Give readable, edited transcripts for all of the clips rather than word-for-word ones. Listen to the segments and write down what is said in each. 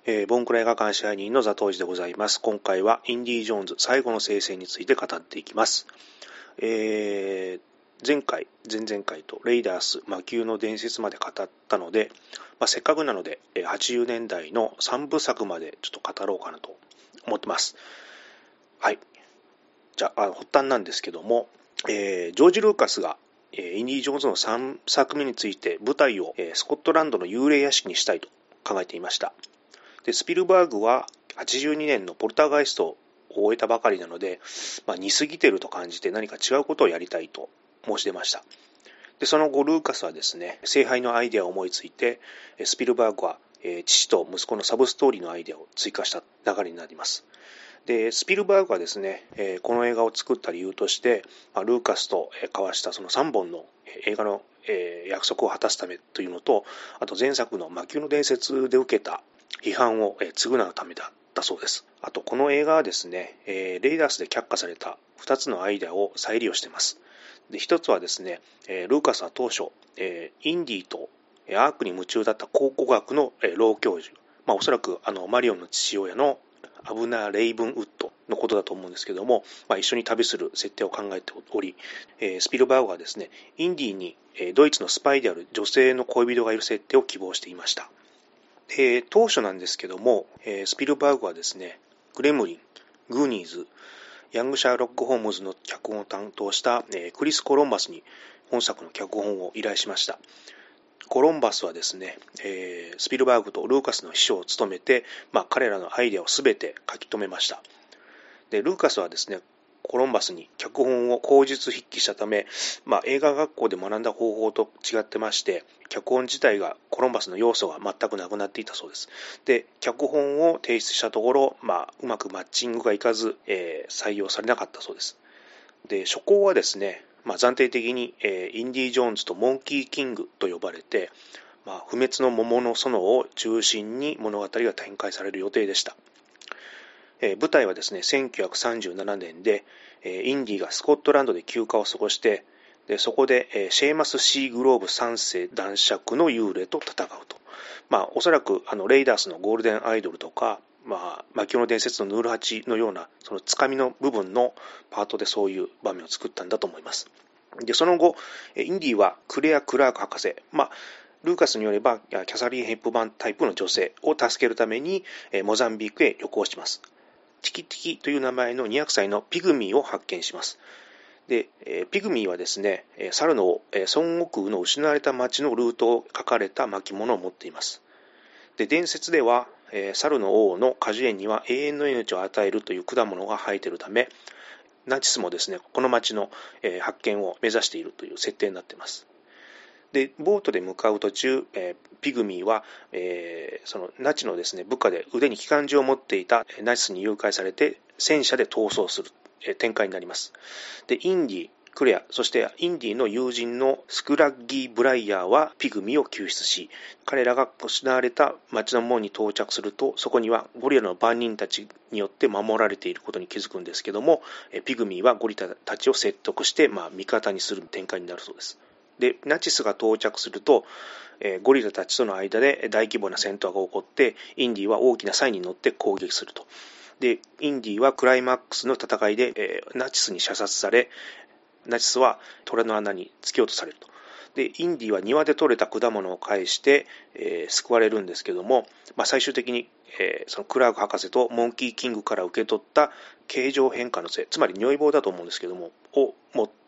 ボンクラ映画館支配人のザトウジでございます。今回はインディ・ジョーンズ最後の聖戦について語っていきます。前回、前々回とレイダース魔宮の伝説まで語ったので、せっかくなので80年代の3部作までちょっと語ろうかなと思ってます。はい。じゃあ、発端なんですけども、ジョージ・ルーカスがインディ・ジョーンズの3作目について舞台をスコットランドの幽霊屋敷にしたいと考えていました。でスピルバーグは82年のポルターガイストを終えたばかりなので、似すぎてると感じて何か違うことをやりたいと申し出ました。でその後ルーカスはですね、聖杯のアイデアを思いついて、スピルバーグは父と息子のサブストーリーのアイデアを追加した流れになります。でスピルバーグはですね、この映画を作った理由として、ルーカスと交わしたその3本の映画の約束を果たすためというのと、あと前作の魔宮の伝説で受けた批判を償うためだったそうです。あとこの映画はですね、レイダースで却下された2つのアイデアを再利用しています。で一つはですね、ルーカスは当初インディとアークに夢中だった考古学の老教授、おそらくマリオンの父親のアブナー・レイブンウッドのことだと思うんですけども、一緒に旅する設定を考えており、スピルバーグはですね、インディにドイツのスパイである女性の恋人がいる設定を希望していました。当初なんですけども、スピルバーグはですね、グレムリン、グーニーズ、ヤング・シャーロック・ホームズの脚本を担当したクリス・コロンバスに本作の脚本を依頼しました。コロンバスはですね、スピルバーグとルーカスの秘書を務めて、彼らのアイデアをすべて書き留めました。でルーカスはですね、コロンバスに脚本を口述筆記したため、映画学校で学んだ方法と違ってまして、脚本自体がコロンバスの要素が全くなくなっていたそうです。で脚本を提出したところ、うまくマッチングがいかず、採用されなかったそうです。で初稿はですね、暫定的にインディ・ジョーンズとモンキー・キングと呼ばれて、不滅の桃の園を中心に物語が展開される予定でした。舞台はですね、1937年で、インディがスコットランドで休暇を過ごして、でそこでシェーマス・シー・グローブ3世男爵の幽霊と戦うと。おそらくレイダースのゴールデンアイドルとか、魔宮の伝説のヌールハチのようなそのつかみの部分のパートでそういう場面を作ったんだと思います。でその後インディはクレア・クラーク博士、ルーカスによればキャサリン・ヘップバーンタイプの女性を助けるためにモザンビークへ旅行します。ティキティキという名前の200歳のピグミーを発見します。でピグミーはですね、猿の王孫悟空の失われた町のルートを書かれた巻物を持っています。で伝説では猿の王の果樹園には永遠の命を与えるという果物が生えているため、ナチスもですねこの町の発見を目指しているという設定になっています。でボートで向かう途中、ピグミーは、そのナチのですね部下で腕に機関銃を持っていたナチスに誘拐されて戦車で逃走する、展開になります。でインディ、クレア、そしてインディの友人のスクラッギー・ブライヤーはピグミーを救出し、彼らが失われた町の門に到着すると、そこにはゴリラの番人たちによって守られていることに気づくんですけども、ピグミーはゴリラたちを説得して、味方にする展開になるそうです。でナチスが到着すると、ゴリラたちとの間で大規模な戦闘が起こって、インディは大きな際に乗って攻撃すると。でインディはクライマックスの戦いで、ナチスに射殺され、ナチスは虎の穴に突き落とされると。でインディは庭で採れた果物を介して、救われるんですけども、最終的に、そのクラーク博士とモンキー・キングから受け取った形状変化の杖、つまり如意棒だと思うんですけどもを持って、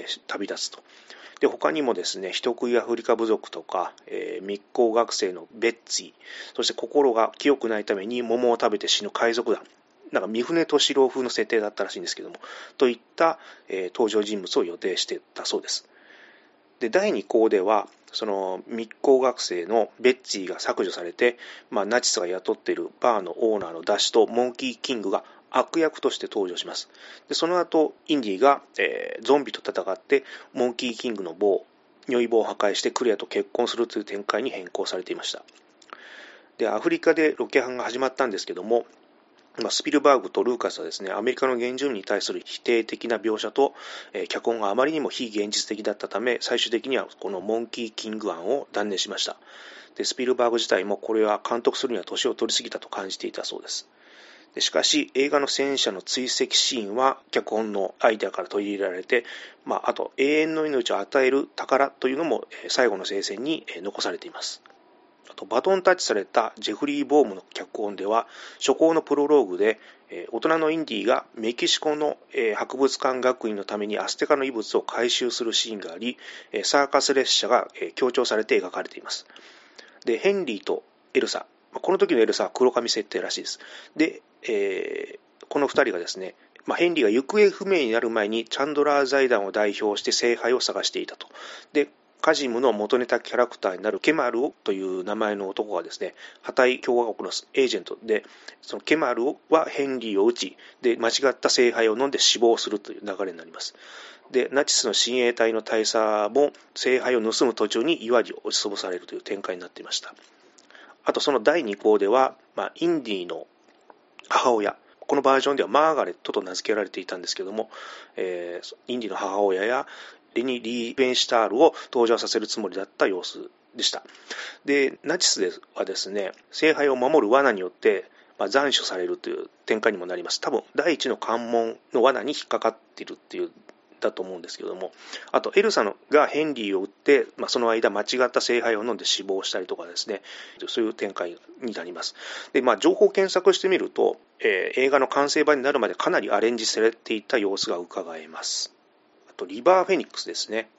旅立つと。で他にもですね、人食いアフリカ部族とか、密航学生のベッツィ、そして心が清くないために桃を食べて死ぬ海賊団、なんか三船敏郎風の設定だったらしいんですけども、といった、登場人物を予定してたそうです。で第2項ではその密航学生のベッツィが削除されて、ナチスが雇っているバーのオーナーのダッシュとモンキー・キングが悪役として登場します。でその後インディが、ゾンビと戦ってモンキー・キングの如意棒を破壊してクレアと結婚するという展開に変更されていました。でアフリカでロケハンが始まったんですけども、 スピルバーグとルーカスはですね、アメリカの原住民に対する否定的な描写と、脚本があまりにも非現実的だったため、最終的にはこのモンキーキング案を断念しました。で、スピルバーグ自体もこれは監督するには年を取りすぎたと感じていたそうです。でしかし、映画の戦車の追跡シーンは脚本のアイデアから取り入れられて、あと永遠の命を与える宝というのも最後の聖戦に残されています。あとバトンタッチされたジェフリー・ボームの脚本では、初行のプロローグで大人のインディがメキシコの博物館学院のためにアステカの遺物を回収するシーンがあり、サーカス列車が強調されて描かれています。で、ヘンリーとエルサ、この時のエルサは黒髪設定らしいです。で、この2人がですね、ヘンリーが行方不明になる前にチャンドラー財団を代表して聖杯を探していたと。で、カジムの元ネタキャラクターになるケマルという名前の男がですね、ハタイ共和国のエージェントで、そのケマルはヘンリーを撃ち、で、間違った聖杯を飲んで死亡するという流れになります。で、ナチスの親衛隊の大佐も聖杯を盗む途中に岩に押しつぶされるという展開になっていました。あとその第2項では、インディの母親、このバージョンではマーガレットと名付けられていたんですけども、インディの母親やレニ・リーベンシュタールを登場させるつもりだった様子でした。で、ナチスではですね、聖杯を守る罠によって、斬首されるという展開にもなります。多分、第一の関門の罠に引っかかっているっていうだと思うんですけども、あとエルサがヘンリーを撃って、その間間違った聖杯を飲んで死亡したりとかですね、そういう展開になります。で、情報検索してみると、映画の完成版になるまでかなりアレンジされていた様子が伺えます。あとリバー・フェニックスですね。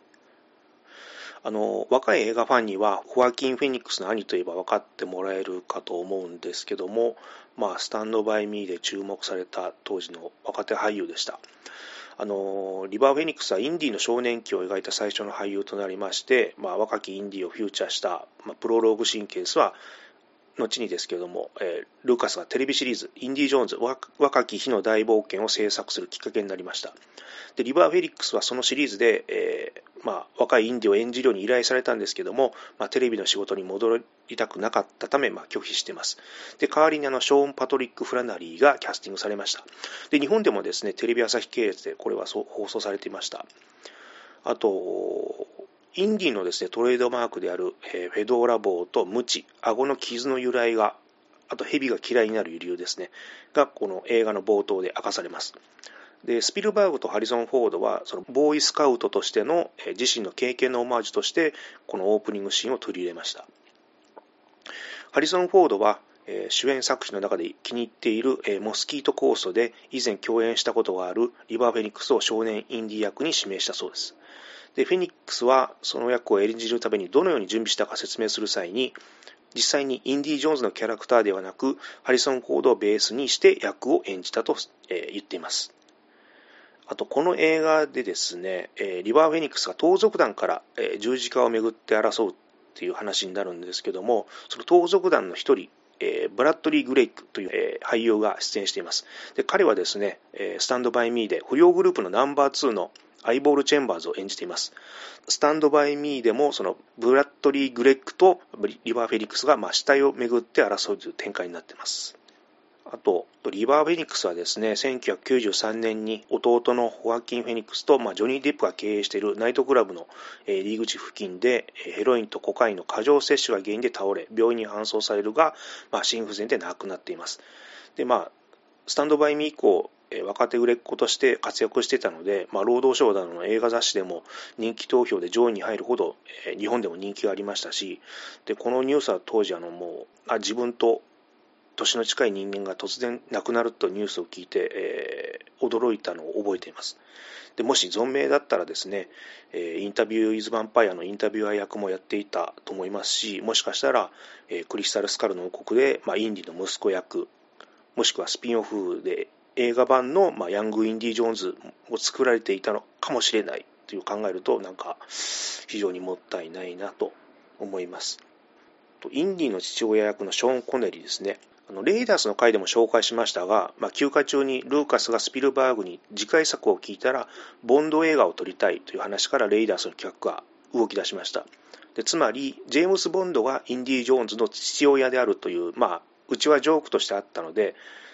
若い映画ファンにはホアキン・フェニックスの兄といえば分かってもらえるかと思うんですけども、スタンド・バイ・ミーで注目された当時の若手俳優でした。リバー・フェニックスはインディの少年期を描いた最初の俳優となりまして、若きインディをフューチャーした、プロローグシーンケースは後にですけれども、ルーカスがテレビシリーズインディ・ジョーンズ若き日の大冒険を制作するきっかけになりました。でリバー・フェニックスはそのシリーズで、若いインディを演じるように依頼されたんですけども、テレビの仕事に戻りたくなかったため、拒否しています。で代わりにショーン・パトリック・フラナリーがキャスティングされました。で日本でもですね、テレビ朝日系列でこれは放送されていました。あとインディのですねトレードマークであるフェドーラ帽とムチ、顎の傷の由来が、あと蛇が嫌いになる理由ですねが、この映画の冒頭で明かされます。でスピルバーグとハリソン・フォードはそのボーイスカウトとしての自身の経験のオマージュとしてこのオープニングシーンを取り入れました。ハリソン・フォードは主演作品の中で気に入っているモスキートコーストで以前共演したことがあるリバー・フェニックスを少年インディ役に指名したそうです。でフェニックスはその役を演じるためにどのように準備したか説明する際に、実際にインディ・ジョーンズのキャラクターではなくハリソン・フォードをベースにして役を演じたと言っています。あとこの映画でですね、リバー・フェニックスが盗賊団から十字架をめぐって争うっていう話になるんですけども、その盗賊団の一人ブラッドリー・グレイクという俳優が出演しています。で彼はですね、スタンド・バイ・ミーで不良グループのナンバー2のアイボール・チェンバーズを演じています。スタンド・バイ・ミーでもそのブラッドリー・グレッグとリバー・フェニックスが死体をめぐって争うという展開になっています。あとリバー・フェニックスはですね、1993年に弟のホアキン・フェニックスと、ジョニー・デップが経営しているナイトクラブの入り口付近でヘロインとコカインの過剰摂取が原因で倒れ病院に搬送されるが、心不全で亡くなっています。でスタンド・バイ・ミー以降若手売れっ子として活躍していたので、労働省などの映画雑誌でも人気投票で上位に入るほど日本でも人気がありましたし、でこのニュースは当時もう自分と年の近い人間が突然亡くなるとニュースを聞いて、驚いたのを覚えています。でもし存命だったらですね、インタビューイズ・ヴァンパイアのインタビュアー役もやっていたと思いますし、もしかしたら、クリスタル・スカルの王国で、インディの息子役、もしくはスピンオフで映画版の、ヤング・インディ・ジョーンズを作られていたのかもしれないという考えると、非常にもったいないなと思います。インディの父親役のショーン・コネリーですね。レイダースの回でも紹介しましたが、休暇中にルーカスがスピルバーグに次回作を聞いたらボンド映画を撮りたいという話からレイダースの企画が動き出しました。でつまりジェームス・ボンドがインディ・ジョーンズの父親であるという、うちはジョークとしてあったので、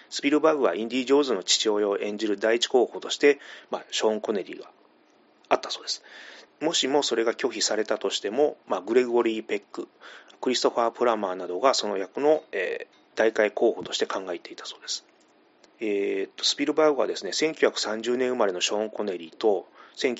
スピルバーグはインディ・ジョーンズの父親を演じる第一候補として、ショーン・コネリーがあったそうです。もしもそれが拒否されたとしても、グレゴリー・ペック、クリストファー・プラマーなどがその役の、代替候補として考えていたそうです。スピルバーグはですね、1930年生まれのショーン・コネリーと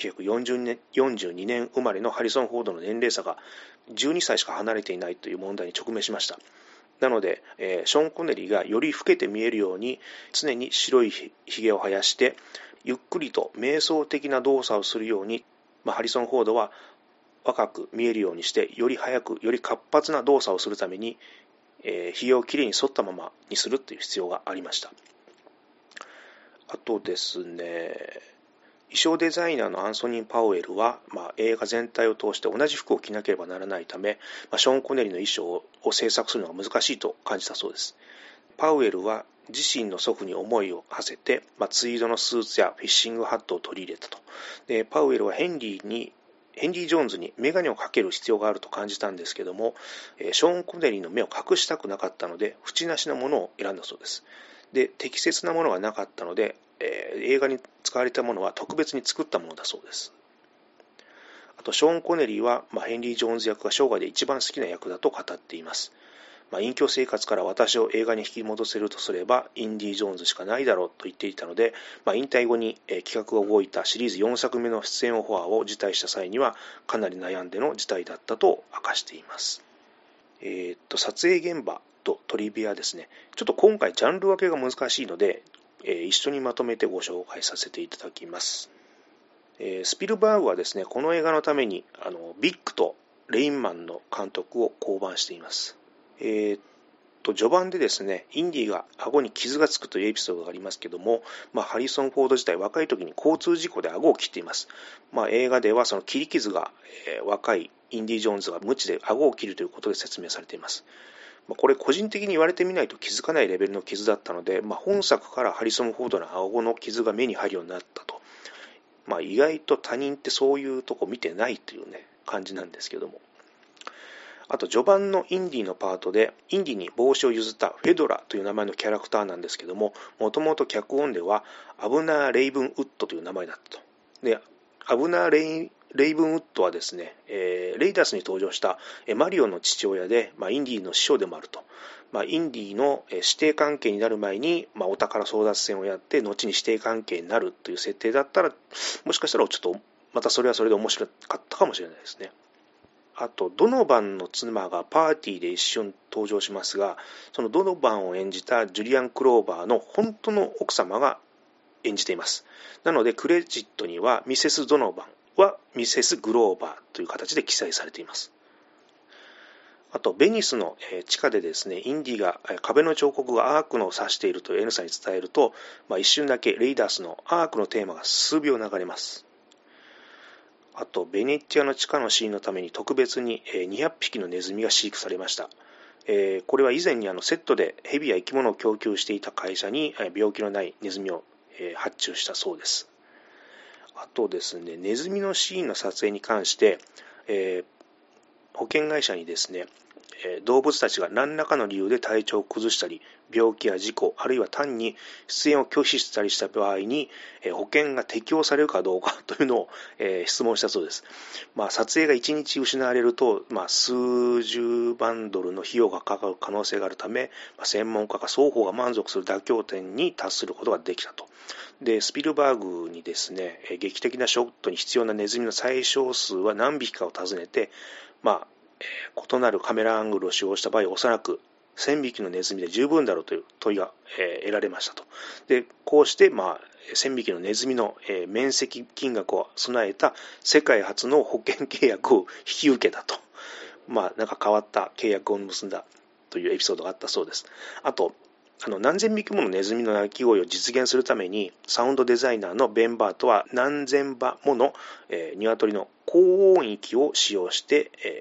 1942年生まれのハリソン・フォードの年齢差が12歳しか離れていないという問題に直面しました。なので、ショーン・コネリーがより老けて見えるように常に白いひげを生やしてゆっくりと瞑想的な動作をするように、ハリソン・フォードは若く見えるようにしてより早くより活発な動作をするために、ひげをきれいに剃ったままにするという必要がありました。あとですね、衣装デザイナーのアンソニー・パウエルは、映画全体を通して同じ服を着なければならないため、ショーン・コネリーの衣装を制作するのが難しいと感じたそうです・パウエルは自身の祖父に思いを馳せて、ツイードのスーツやフィッシングハットを取り入れたと。でパウエルはヘンリー・ジョーンズに眼鏡をかける必要があると感じたんですけども、ショーン・コネリーの目を隠したくなかったので縁なしのものを選んだそうです。で適切なものがなかったので、映画に使われたものは特別に作ったものだそうです。あとショーン・コネリーは、ヘンリー・ジョーンズ役が生涯で一番好きな役だと語っています。隠居生活から私を映画に引き戻せるとすればインディ・ジョーンズしかないだろうと言っていたので、引退後に企画が動いたシリーズ4作目の出演オファーを辞退した際にはかなり悩んでの辞退だったと明かしています。撮影現場とトリビアですね。ちょっと今回ジャンル分けが難しいので、一緒にまとめてご紹介させていただきます。スピルバーグはですね、この映画のためにビッグとレインマンの監督を降板しています。序盤でですね、インディが顎に傷がつくというエピソードがありますけども、ハリソン・フォード自体若い時に交通事故で顎を切っています。映画ではその切り傷が、若いインディ・ジョーンズが無知で顎を切るということで説明されています。これ個人的に言われてみないと気づかないレベルの傷だったので、本作からハリソン・フォードの顎の傷が目に入るようになったと。意外と他人ってそういうとこ見てないというね感じなんですけども。あと序盤のインディのパートでインディに帽子を譲ったフェドラという名前のキャラクターなんですけども、もともと脚本ではアブナー・レイブンウッドという名前だったと。でアブナー・レイブンウッドはですね、レイダースに登場したマリオの父親で、インディの師匠でもあると。インディの師弟関係になる前に、お宝争奪戦をやって後に師弟関係になるという設定だったら、もしかしたらちょっとまたそれはそれで面白かったかもしれないですね。あとドノバンの妻がパーティーで一瞬登場しますが、そのドノバンを演じたジュリアン・クローバーの本当の奥様が演じています。なのでクレジットにはミセス・ドノバンはミセス・グローバーという形で記載されています。あとベニスの地下でですね、インディが壁の彫刻がアークのを指していると N さんに伝えると、一瞬だけレイダースのアークのテーマが数秒流れます。あとベネチアの地下のシーンのために特別に200匹のネズミが飼育されました。これは以前にセットでヘビや生き物を供給していた会社に病気のないネズミを発注したそうです。あとですね、ネズミのシーンの撮影に関して、保険会社にですね、動物たちが何らかの理由で体調を崩したり、病気や事故、あるいは単に出演を拒否したりした場合に、保険が適用されるかどうかというのを、質問したそうです。撮影が1日失われると、数十万ドルの費用がかかる可能性があるため、専門家が双方が満足する妥協点に達することができたと。でスピルバーグにですね、劇的なショットに必要なネズミの最小数は何匹かを尋ねて、異なるカメラアングルを使用した場合、おそらく1000匹のネズミで十分だろうという問いが、得られましたと。でこうして、1000匹のネズミの、面積金額を備えた世界初の保険契約を引き受けたと。なんか変わった契約を結んだというエピソードがあったそうです。あと何千匹ものネズミの鳴き声を実現するためにサウンドデザイナーのベン・バートは何千羽もの、鶏の高音域を使用して、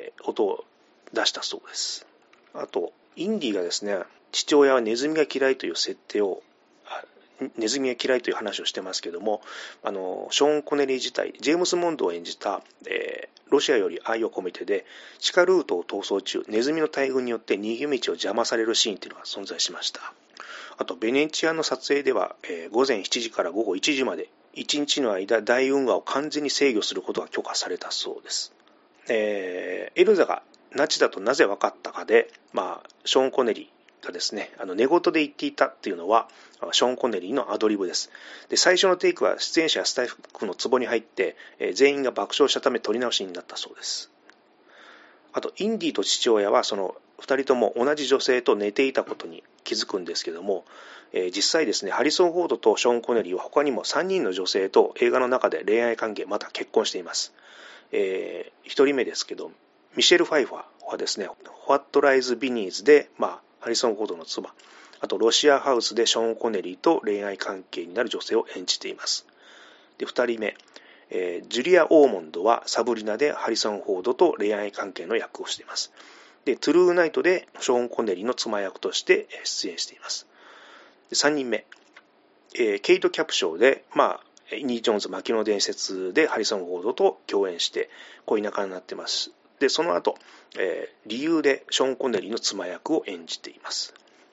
音を出したそうです。あとインディがですね、父親はネズミが嫌いという設定をネズミが嫌いという話をしてますけども、ショーン・コネリー自体、ジェームス・モンドを演じた、ロシアより愛を込めてで、地下ルートを逃走中、ネズミの大群によって逃げ道を邪魔されるシーンというのが存在しました。あと、ベネチアの撮影では、午前7時から午後1時まで、1日の間、大運河を完全に制御することが許可されたそうです。エルザがナチだとなぜ分かったかで、ショーン・コネリーがですね、寝言で言っていたっていうのは、ショーン・コネリーのアドリブです。で、最初のテイクは出演者やスタッフの壺に入って、全員が爆笑したため撮り直しになったそうです。あと、インディと父親はその2人とも同じ女性と寝ていたことに気づくんですけども、実際ですね、ハリソン・フォードとショーン・コネリーは他にも3人の女性と映画の中で恋愛関係、また結婚しています。1人目ですけど、ミシェル・ファイファーはですね、What Lies Beneathで、ハリソン・フォードの妻、あとロシアハウスでショーン・コネリーと恋愛関係になる女性を演じています。で、2人目、ジュリア・オーモンドはサブリナでハリソン・フォードと恋愛関係の役をしています。で、トゥルーナイトでショーン・コネリーの妻役として出演しています。で、3人目、ケイト・キャプショーで、インディ・ジョーンズ牧の伝説でハリソン・フォードと共演して恋仲になっています。で、その後、理由でショーン・コネリーの妻役を演じています。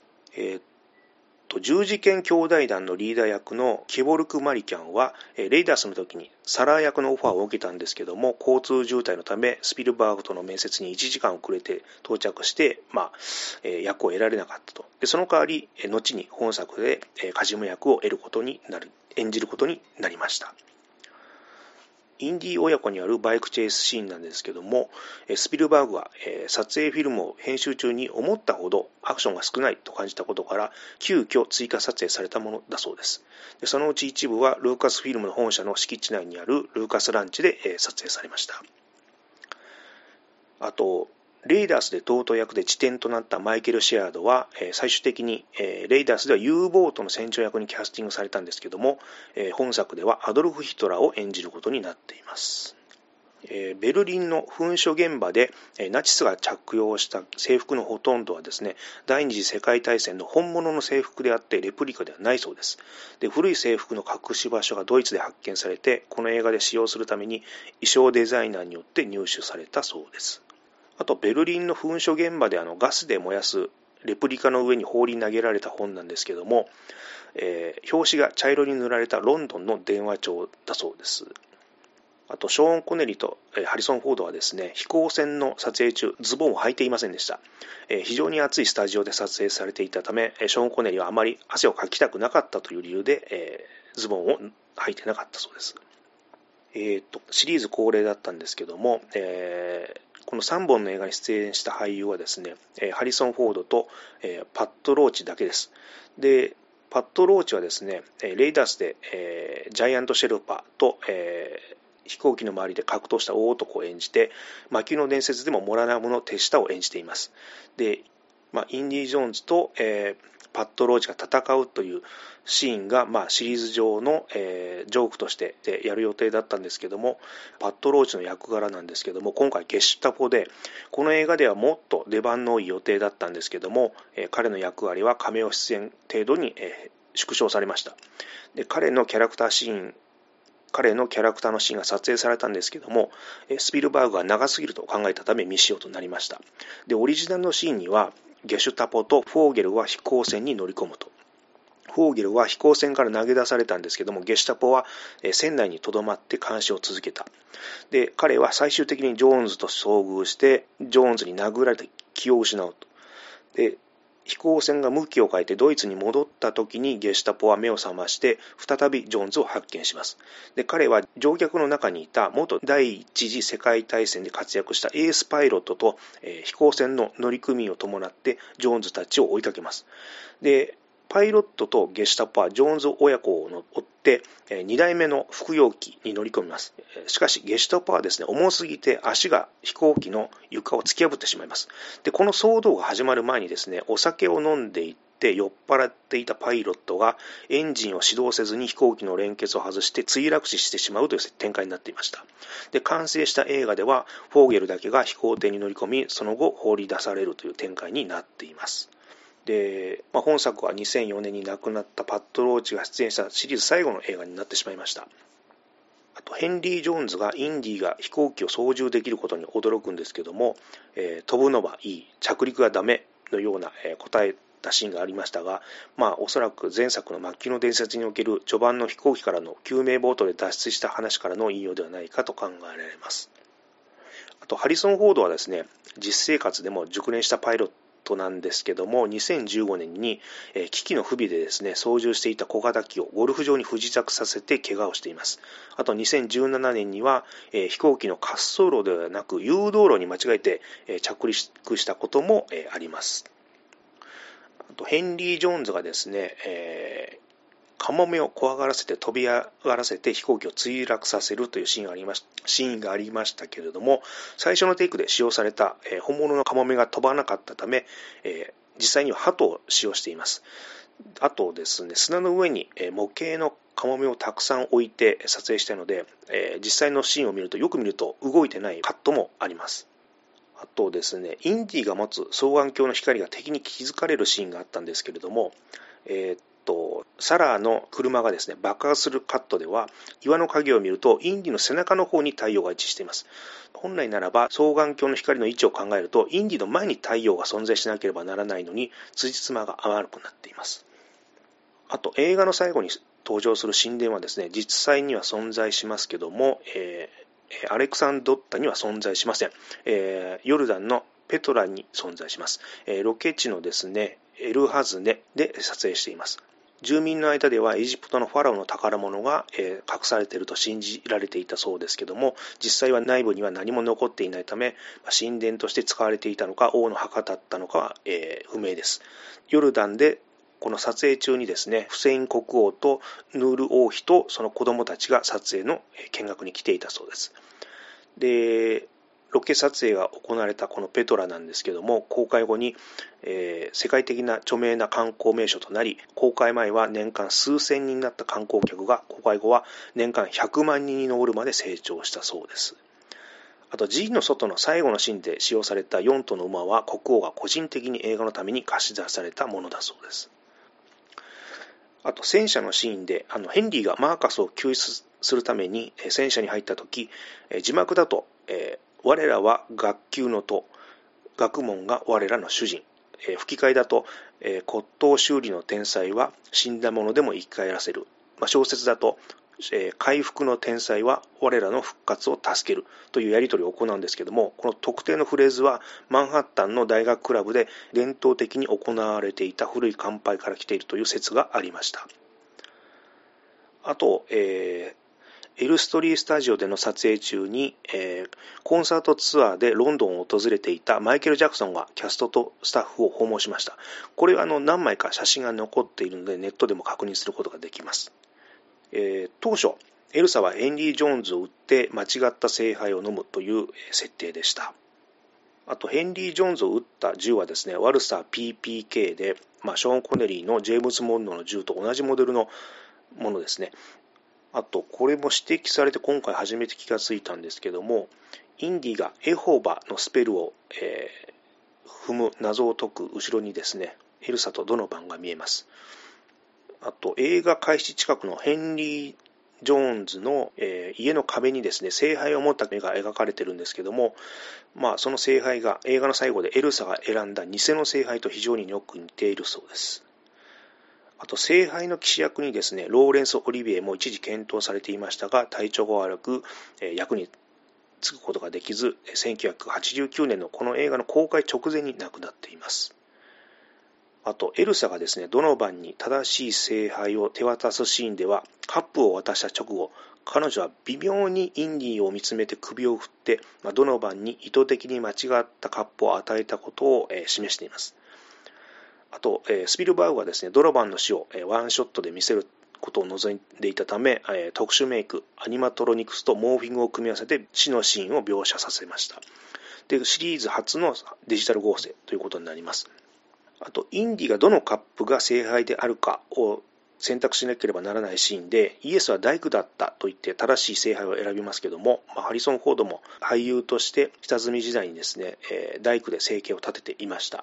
十字剣兄弟団のリーダー役のケボルク・マリキャンは、レイダースの時にサラー役のオファーを受けたんですけども、交通渋滞のためスピルバーグとの面接に1時間遅れて到着して、役を得られなかったと。で、その代わり、後に本作でカジム役を演じることになりました。インディ親子にあるバイクチェイスシーンなんですけども、スピルバーグは撮影フィルムを編集中に思ったほどアクションが少ないと感じたことから急遽追加撮影されたものだそうです。で、そのうち一部はルーカスフィルムの本社の敷地内にあるルーカスランチで撮影されました。あと、レイダースでトート役で地点となったマイケル・シェアードは最終的にレイダースでは U ボートの船長役にキャスティングされたんですけども、本作ではアドルフ・ヒトラーを演じることになっています。ベルリンの紛争現場でナチスが着用した制服のほとんどはですね、第二次世界大戦の本物の制服であってレプリカではないそうです。で、古い制服の隠し場所がドイツで発見されて、この映画で使用するために衣装デザイナーによって入手されたそうです。あと、ベルリンの紛争現場でガスで燃やすレプリカの上に放り投げられた本なんですけども、表紙が茶色に塗られたロンドンの電話帳だそうです。あと、ショーン・コネリーとハリソン・フォードはですね、飛行船の撮影中、ズボンを履いていませんでした。非常に暑いスタジオで撮影されていたため、ショーン・コネリーはあまり汗をかきたくなかったという理由で、ズボンを履いてなかったそうです。シリーズ恒例だったんですけども、この3本の映画に出演した俳優はですね、ハリソン・フォードとパット・ローチだけです。で、パット・ローチはですね、レイダースでジャイアント・シェルパーと飛行機の周りで格闘した大男を演じて、魔球の伝説でもモラナムの手下を演じています。で、インディ・ジョーンズとパット・ローチが戦うというシーンが、シリーズ上の、ジョークとしてやる予定だったんですけども、パット・ローチの役柄なんですけども、今回ゲシュタポで、この映画ではもっと出番の多い予定だったんですけども、彼の役割はカメオ出演程度に、縮小されました。で、彼のキャラクターのシーンが撮影されたんですけども、スピルバーグが長すぎると考えたため未使用となりました。で、オリジナルのシーンには、ゲシュタポとフォーゲルは飛行船に乗り込むと。フォーゲルは飛行船から投げ出されたんですけども、ゲシュタポは船内に留まって監視を続けた。で、彼は最終的にジョーンズと遭遇して、ジョーンズに殴られて気を失うと。で、飛行船が向きを変えてドイツに戻った時にゲシュタポは目を覚まして再びジョーンズを発見します。で、彼は乗客の中にいた元第一次世界大戦で活躍したエースパイロットと、飛行船の乗組員を伴ってジョーンズたちを追いかけます。で、パイロットとゲシュタポはジョーンズ親子を追って2台目の服用機に乗り込みます。しかしゲシュタポはですね、重すぎて足が飛行機の床を突き破ってしまいます。で、この騒動が始まる前にですね、お酒を飲んでいって酔っ払っていたパイロットがエンジンを始動せずに飛行機の連結を外して墜落死してしまうという展開になっていました。で、完成した映画ではフォーゲルだけが飛行艇に乗り込み、その後放り出されるという展開になっています。 で、本作は2004年に亡くなったパッド・ローチが出演したシリーズ最後の映画になってしまいました。あとヘンリー・ジョーンズがインディが飛行機を操縦できることに驚くんですけども、飛ぶのはいい、着陸がダメのような、答えたシーンがありましたが、おそらく前作の魔球の伝説における序盤の飛行機からの救命ボートで脱出した話からの引用ではないかと考えられます。あとハリソン・フォードはですね、実生活でも熟練したパイロットなんですけども、2015年に機器の不備でですね、操縦していた小型機をゴルフ場に不時着させて怪我をしています。あと2017年には飛行機の滑走路ではなく誘導路に間違えて着陸したこともあります。あとヘンリー・ジョーンズがですね、カモメを怖がらせて飛び上がらせて飛行機を墜落させるというシーンがありましたけれども、最初のテイクで使用された本物のカモメが飛ばなかったため、実際には鳩を使用しています。あとですね、砂の上に模型のカモメをたくさん置いて撮影したので、実際のシーンを見るとよく見ると動いてないカットもあります。あとですね、インディが持つ双眼鏡の光が敵に気づかれるシーンがあったんですけれども、サラーの車がですね、爆発するカットでは、岩の影を見るとインディの背中の方に太陽が位置しています。本来ならば双眼鏡の光の位置を考えると、インディの前に太陽が存在しなければならないのに、辻褄が合わなくなっています。あと映画の最後に登場する神殿はですね、実際には存在しますけども、アレクサンドッタには存在しません。ヨルダンのペトラに存在します。ロケ地のですね、エルハズネで撮影しています。住民の間ではエジプトのファラオの宝物が隠されていると信じられていたそうですけども、実際は内部には何も残っていないため、神殿として使われていたのか王の墓だったのかは不明です。ヨルダンでこの撮影中にですね、フセイン国王とヌール王妃とその子供たちが撮影の見学に来ていたそうです。で、ロケ撮影が行われたこのペトラなんですけども、公開後に、世界的な著名な観光名所となり、公開前は年間数千人だった観光客が公開後は年間100万人に上るまで成長したそうです。あと寺院の外の最後のシーンで使用された4頭の馬は国王が個人的に映画のために貸し出されたものだそうです。あと戦車のシーンでヘンリーがマーカスを救出するために戦車に入った時、字幕だと、我らは学級の徒、学問が我らの主人、吹き替えだと、骨董修理の天才は死んだものでも生き返らせる、小説だと、回復の天才は我らの復活を助けるというやり取りを行うんですけども、この特定のフレーズはマンハッタンの大学クラブで伝統的に行われていた古い乾杯から来ているという説がありました。あと、エルストリースタジオでの撮影中に、コンサートツアーでロンドンを訪れていたマイケル・ジャクソンがキャストとスタッフを訪問しました。これは何枚か写真が残っているのでネットでも確認することができます。当初エルサはヘンリー・ジョーンズを撃って間違った聖杯を飲むという設定でした。あとヘンリー・ジョーンズを撃った銃はですね、ワルサー PPK で、ショーン・コネリーのジェームズ・モンドの銃と同じモデルのものですね。あとこれも指摘されて今回初めて気がついたんですけども、インディがエホバのスペルを、踏む謎を解く後ろにですね、エルサとドノバンが見えます。あと映画開始近くのヘンリー・ジョーンズの、家の壁にですね、聖杯を持った絵が描かれているんですけども、その聖杯が映画の最後でエルサが選んだ偽の聖杯と非常によく似ているそうです。あと聖杯の騎士役にですね、ローレンス・オリビエも一時検討されていましたが、体調が悪く、役に就くことができず、1989年のこの映画の公開直前に亡くなっています。あとエルサがですね、ドノバンに正しい聖杯を手渡すシーンでは、カップを渡した直後、彼女は微妙にインディを見つめて首を振って、ドノバンに意図的に間違ったカップを与えたことを示しています。あとスピルバーグはですね、ドノバンの死をワンショットで見せることを望んでいたため、特殊メイク、アニマトロニクスとモーフィングを組み合わせて死のシーンを描写させました。で、シリーズ初のデジタル合成ということになります。あとインディがどのカップが聖杯であるかを選択しなければならないシーンで、イエスは大工だったと言って正しい聖杯を選びますけども、ハリソン・フォードも俳優として下積み時代にですね、大工で生計を立てていました。あ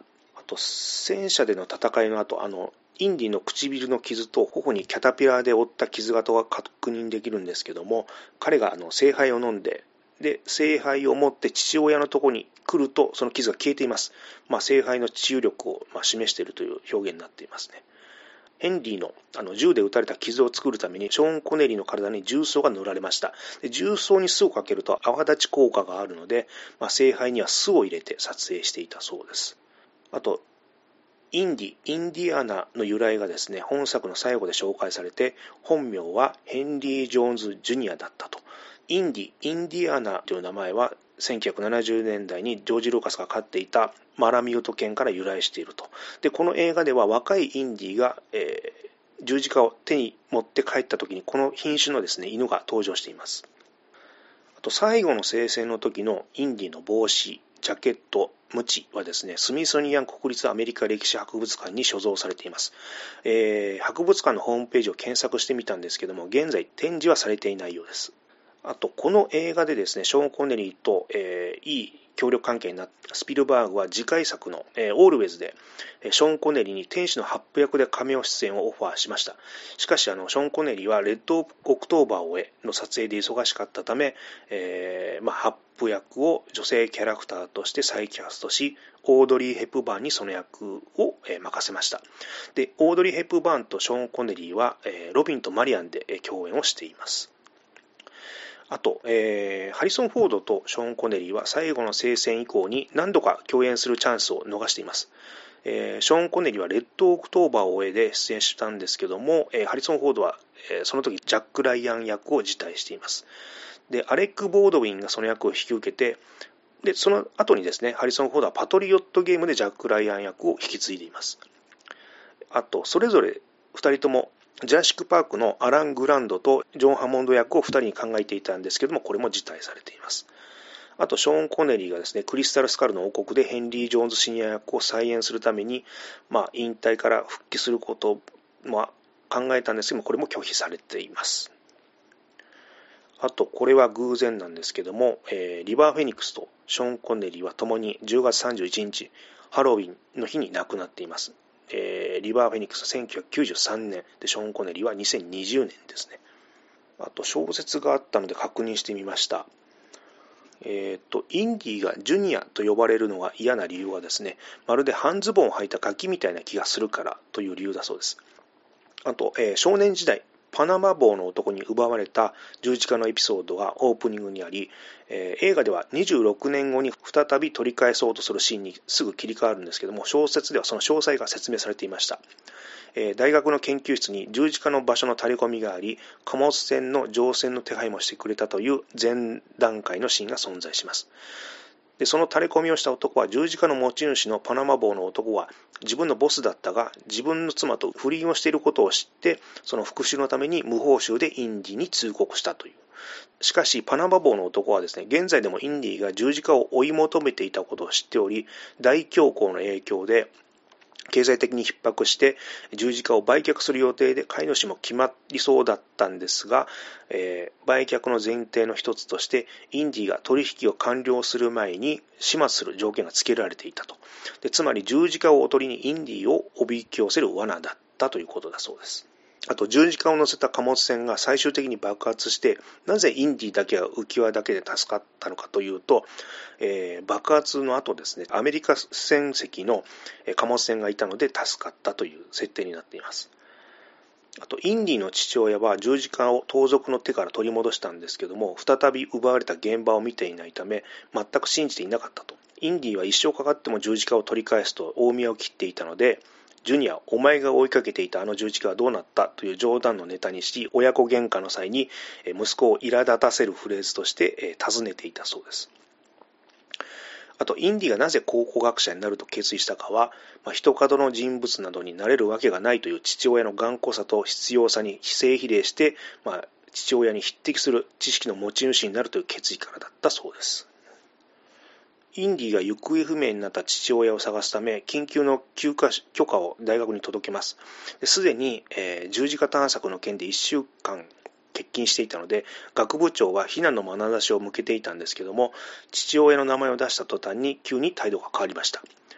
と戦車での戦いの後、インディの唇の傷と頬にキャタピラーで負った傷跡が確認できるんですけども、彼が聖杯を飲んで、聖杯を持って父親のところに来るとその傷が消えています。聖杯の治癒力を示しているという表現になっていますね。ヘンリーの銃で撃たれた傷を作るためにショーン・コネリーの体に重曹が塗られました。重曹に酢をかけると泡立ち効果があるので、聖杯には酢を入れて撮影していたそうです。あとインディアナの由来がですね、本作の最後で紹介されて、本名はヘンリー・ジョーンズ・ジュニアだったと。インディアナという名前は1970年代にジョージ・ルーカスが飼っていたマラミュート犬から由来していると。で、この映画では若いインディが、十字架を手に持って帰った時にこの品種のですね、犬が登場しています。あと最後の聖戦の時のインディの帽子、ジャケット、ムチはですね、スミソニアン国立アメリカ歴史博物館に所蔵されています。博物館のホームページを検索してみたんですけども、現在展示はされていないようです。あと、この映画でですね、ショーン・コネリーと、いい協力関係になったスピルバーグは次回作の、オールウェイズで、ショーン・コネリーに天使のハップ役でカメオ出演をオファーしました。しかし、ショーン・コネリーはレッド・オクトーバーを終えの撮影で忙しかったため、ハップ役を女性キャラクターとして再キャストし、オードリー・ヘプバーンにその役を任せました。で、オードリー・ヘプバーンとショーン・コネリーは、ロビンとマリアンで共演をしています。あと、ハリソン・フォードとショーン・コネリーは最後の聖戦以降に何度か共演するチャンスを逃しています。ショーン・コネリーはレッド・オクトーバーを終えで出演したんですけども、ハリソン・フォードは、その時ジャック・ライアン役を辞退しています。で、アレック・ボードウィンがその役を引き受けて、で、その後にですね、ハリソン・フォードはパトリオットゲームでジャック・ライアン役を引き継いでいます。あと、それぞれ2人ともジュラシック・パークのアラン・グランドとジョン・ハモンド役を2人に考えていたんですけども、これも辞退されています。あと、ショーン・コネリーがですね、クリスタル・スカルの王国でヘンリー・ジョーンズ・シニア役を再演するために、引退から復帰することも考えたんですけども、これも拒否されています。あと、これは偶然なんですけども、リバー・フェニックスとショーン・コネリーは共に10月31日、ハロウィンの日に亡くなっています。リバー・フェニックスは1993年で、ショーン・コネリーは2020年ですね。あと小説があったので確認してみました。インディがジュニアと呼ばれるのが嫌な理由はですね、まるで半ズボンを履いたガキみたいな気がするからという理由だそうです。あと、少年時代パナマ帽の男に奪われた十字架のエピソードがオープニングにあり、映画では26年後に再び取り返そうとするシーンにすぐ切り替わるんですけども、小説ではその詳細が説明されていました。大学の研究室に十字架の場所のタレコミがあり、貨物船の乗船の手配もしてくれたという前段階のシーンが存在します。で、そのタレコミをした男は十字架の持ち主のパナマ帽の男は自分のボスだったが、自分の妻と不倫をしていることを知って、その復讐のために無報酬でインディに通告したという。しかしパナマ帽の男はですね、現在でもインディが十字架を追い求めていたことを知っており、大恐慌の影響で経済的に逼迫して十字架を売却する予定で飼い主も決まりそうだったんですが、売却の前提の一つとしてインディが取引を完了する前に始末する条件が付けられていたと。で、つまり十字架をおとりにインディをおびき寄せる罠だったということだそうです。あと、十字架を乗せた貨物船が最終的に爆発して、なぜインディだけが浮き輪だけで助かったのかというと、爆発の後ですね、アメリカ船籍の貨物船がいたので助かったという設定になっています。あと、インディの父親は十字架を盗賊の手から取り戻したんですけども、再び奪われた現場を見ていないため、全く信じていなかったと。インディは一生かかっても十字架を取り返すと大宮を切っていたので、ジュニア、お前が追いかけていたあの十字架はどうなったという冗談のネタにし、親子喧嘩の際に息子を苛立たせるフレーズとして尋ねていたそうです。あと、インディがなぜ考古学者になると決意したかは、一角の人物などになれるわけがないという父親の頑固さと必要さに非正比例して、父親に匹敵する知識の持ち主になるという決意からだったそうです。インディが行方不明になった父親を探すため、緊急の休暇許可を大学に届けます。すでに、十字架探索の件で1週間欠勤していたので、学部長は非難の眼差しを向けていたんですけども、父親の名前を出した途端に急に態度が変わりました。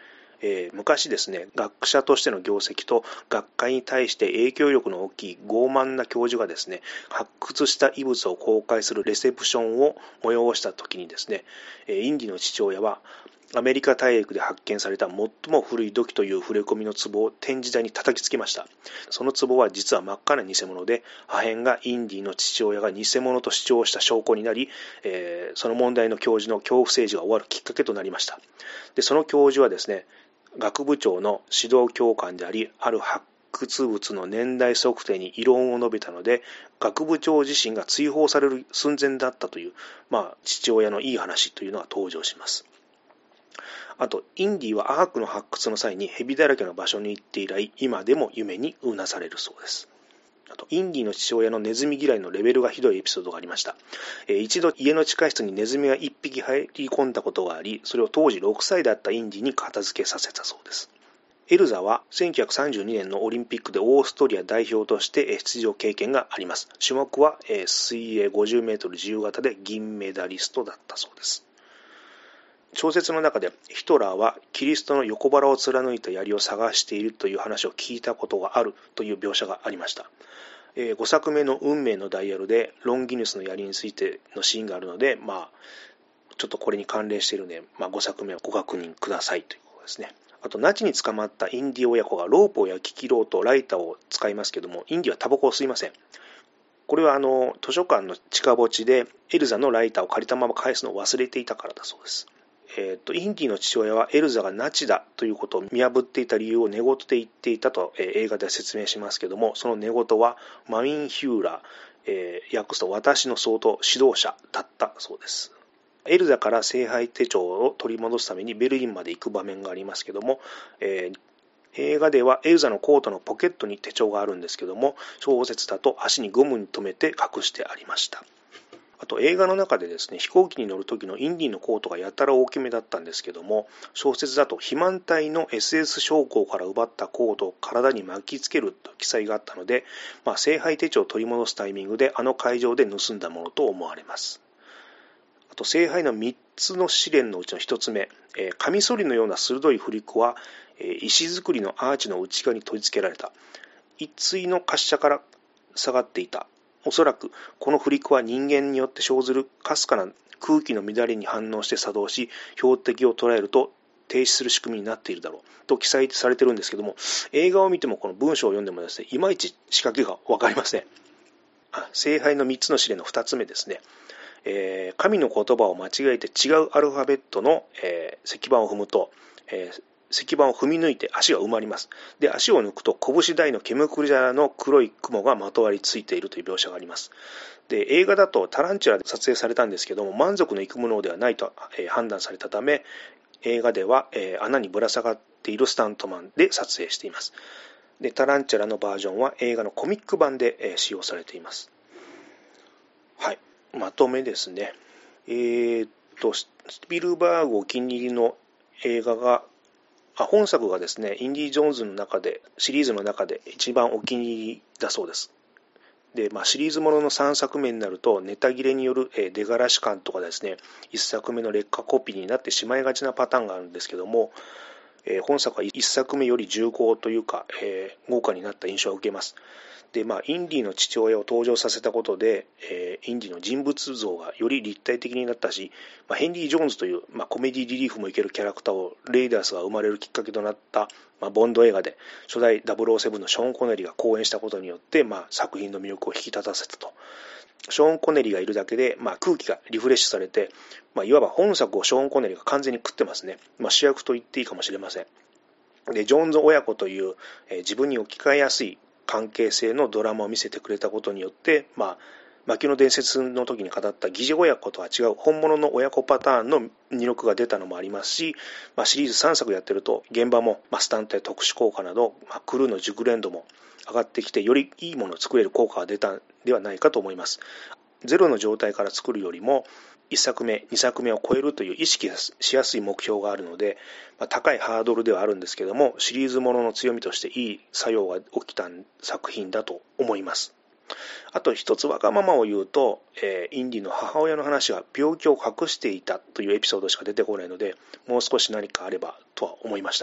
昔ですね、学者としての業績と学会に対して影響力の大きい傲慢な教授がですね、発掘した遺物を公開するレセプションを催した時にですね、インディの父親はアメリカ大陸で発見された最も古い土器という触れ込みの壺を展示台に叩きつけました。その壺は実は真っ赤な偽物で、破片がインディの父親が偽物と主張した証拠になり、その問題の教授の恐怖政治が終わるきっかけとなりました。で、その教授はですね、学部長の指導教官であり、ある発掘物の年代測定に異論を述べたので、学部長自身が追放される寸前だったという、父親のいい話というのが登場します。あと、インディはアークの発掘の際に蛇だらけの場所に行って以来、今でも夢にうなされるそうです。あと、インディの父親のネズミ嫌いのレベルがひどいエピソードがありました。一度家の地下室にネズミが1匹入り込んだことがあり、それを当時6歳だったインディに片付けさせたそうです。エルザは1932年のオリンピックでオーストリア代表として出場経験があります。種目は水泳50メートル自由形で銀メダリストだったそうです。小説の中でヒトラーはキリストの横腹を貫いた槍を探しているという話を聞いたことがあるという描写がありました。5作目の運命のダイヤルでロンギヌスの槍についてのシーンがあるので、ちょっとこれに関連しているので、5作目をご確認くださいということですね。あと、ナチに捕まったインディ親子がロープを焼き切ろうとライターを使いますけども、インディはタバコを吸いません。これは図書館の地下墓地でエルザのライターを借りたまま返すのを忘れていたからだそうです。インディの父親はエルザがナチだということを見破っていた理由を寝言で言っていたと、映画で説明しますけども、その寝言はマミン・ヒューラー、訳すと私の相当指導者だったそうです。エルザから聖杯手帳を取り戻すためにベルリンまで行く場面がありますけども、映画ではエルザのコートのポケットに手帳があるんですけども、小説だと足にゴムに留めて隠してありました。あと映画の中でですね、飛行機に乗る時のインディのコートがやたら大きめだったんですけども、小説だと肥満体の SS 将校から奪ったコートを体に巻きつけると記載があったので、聖杯手帳を取り戻すタイミングであの会場で盗んだものと思われます。あと聖杯の3つの試練のうちの1つ目、カミソリのような鋭い振り子は石造りのアーチの内側に取り付けられた。一対の滑車から下がっていた。おそらくこの振り子は人間によって生ずるかすかな空気の乱れに反応して作動し、標的を捉えると停止する仕組みになっているだろうと記載されているんですけども、映画を見てもこの文章を読んでもですね、いまいち仕掛けが分かりません。聖杯の3つの試練の2つ目ですね。神の言葉を間違えて違うアルファベットの、石板を踏むと、石板を踏み抜いて足が埋まります。で、足を抜くと拳大の煙くじゃらの黒い雲がまとわりついているという描写があります。で、映画だとタランチュラで撮影されたんですけども、満足のいくものではないと、判断されたため、映画では、穴にぶら下がっているスタントマンで撮影しています。で、タランチュラのバージョンは映画のコミック版で、使用されています。はい、まとめですね。スピルバーグお気に入りの映画が本作がですね、インディ・ジョーンズの中で、シリーズの中で一番お気に入りだそうです。で、シリーズものの3作目になると、ネタ切れによる出がらし感とかですね、1作目の劣化コピーになってしまいがちなパターンがあるんですけども、本作は1作目より重厚というか、豪華になった印象を受けます。で、インディの父親を登場させたことで、インディの人物像がより立体的になったし、ヘンリー・ジョーンズという、コメディリリーフもいけるキャラクターをレイダースが生まれるきっかけとなった、ボンド映画で初代007のショーン・コネリーが講演したことによって、作品の魅力を引き立たせたと。ショーン・コネリーがいるだけで、空気がリフレッシュされて、いわば本作をショーン・コネリーが完全に食ってますね。主役と言っていいかもしれません。で、ジョーンズ親子という、自分に置き換えやすい関係性のドラマを見せてくれたことによって、魔球の伝説の時に語った疑似親子とは違う本物の親子パターンの魅力が出たのもありますし、シリーズ3作やってると現場もスタントや特殊効果など、クルーの熟練度も上がってきて、よりいいものを作れる効果が出たんではないかと思います。ゼロの状態から作るよりも1作目、2作目を超えるという意識しやすい目標があるので、高いハードルではあるんですけども、シリーズものの強みとしていい作用が起きた作品だと思います。あと一つわがままを言うと、インディの母親の話は病気を隠していたというエピソードしか出てこないので、もう少し何かあればとは思いました。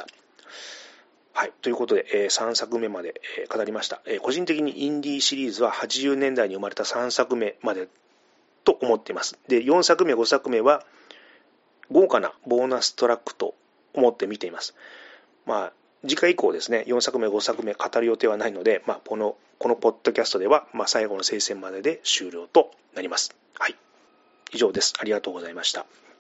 はい。ということで、3作目まで、語りました。個人的にインディーシリーズは80年代に生まれた3作目までと思っています。で、4作目、5作目は豪華なボーナストラックと思って見ています。次回以降ですね、4作目、5作目語る予定はないので、このポッドキャストでは、最後の聖戦までで終了となります。はい。以上です。ありがとうございました。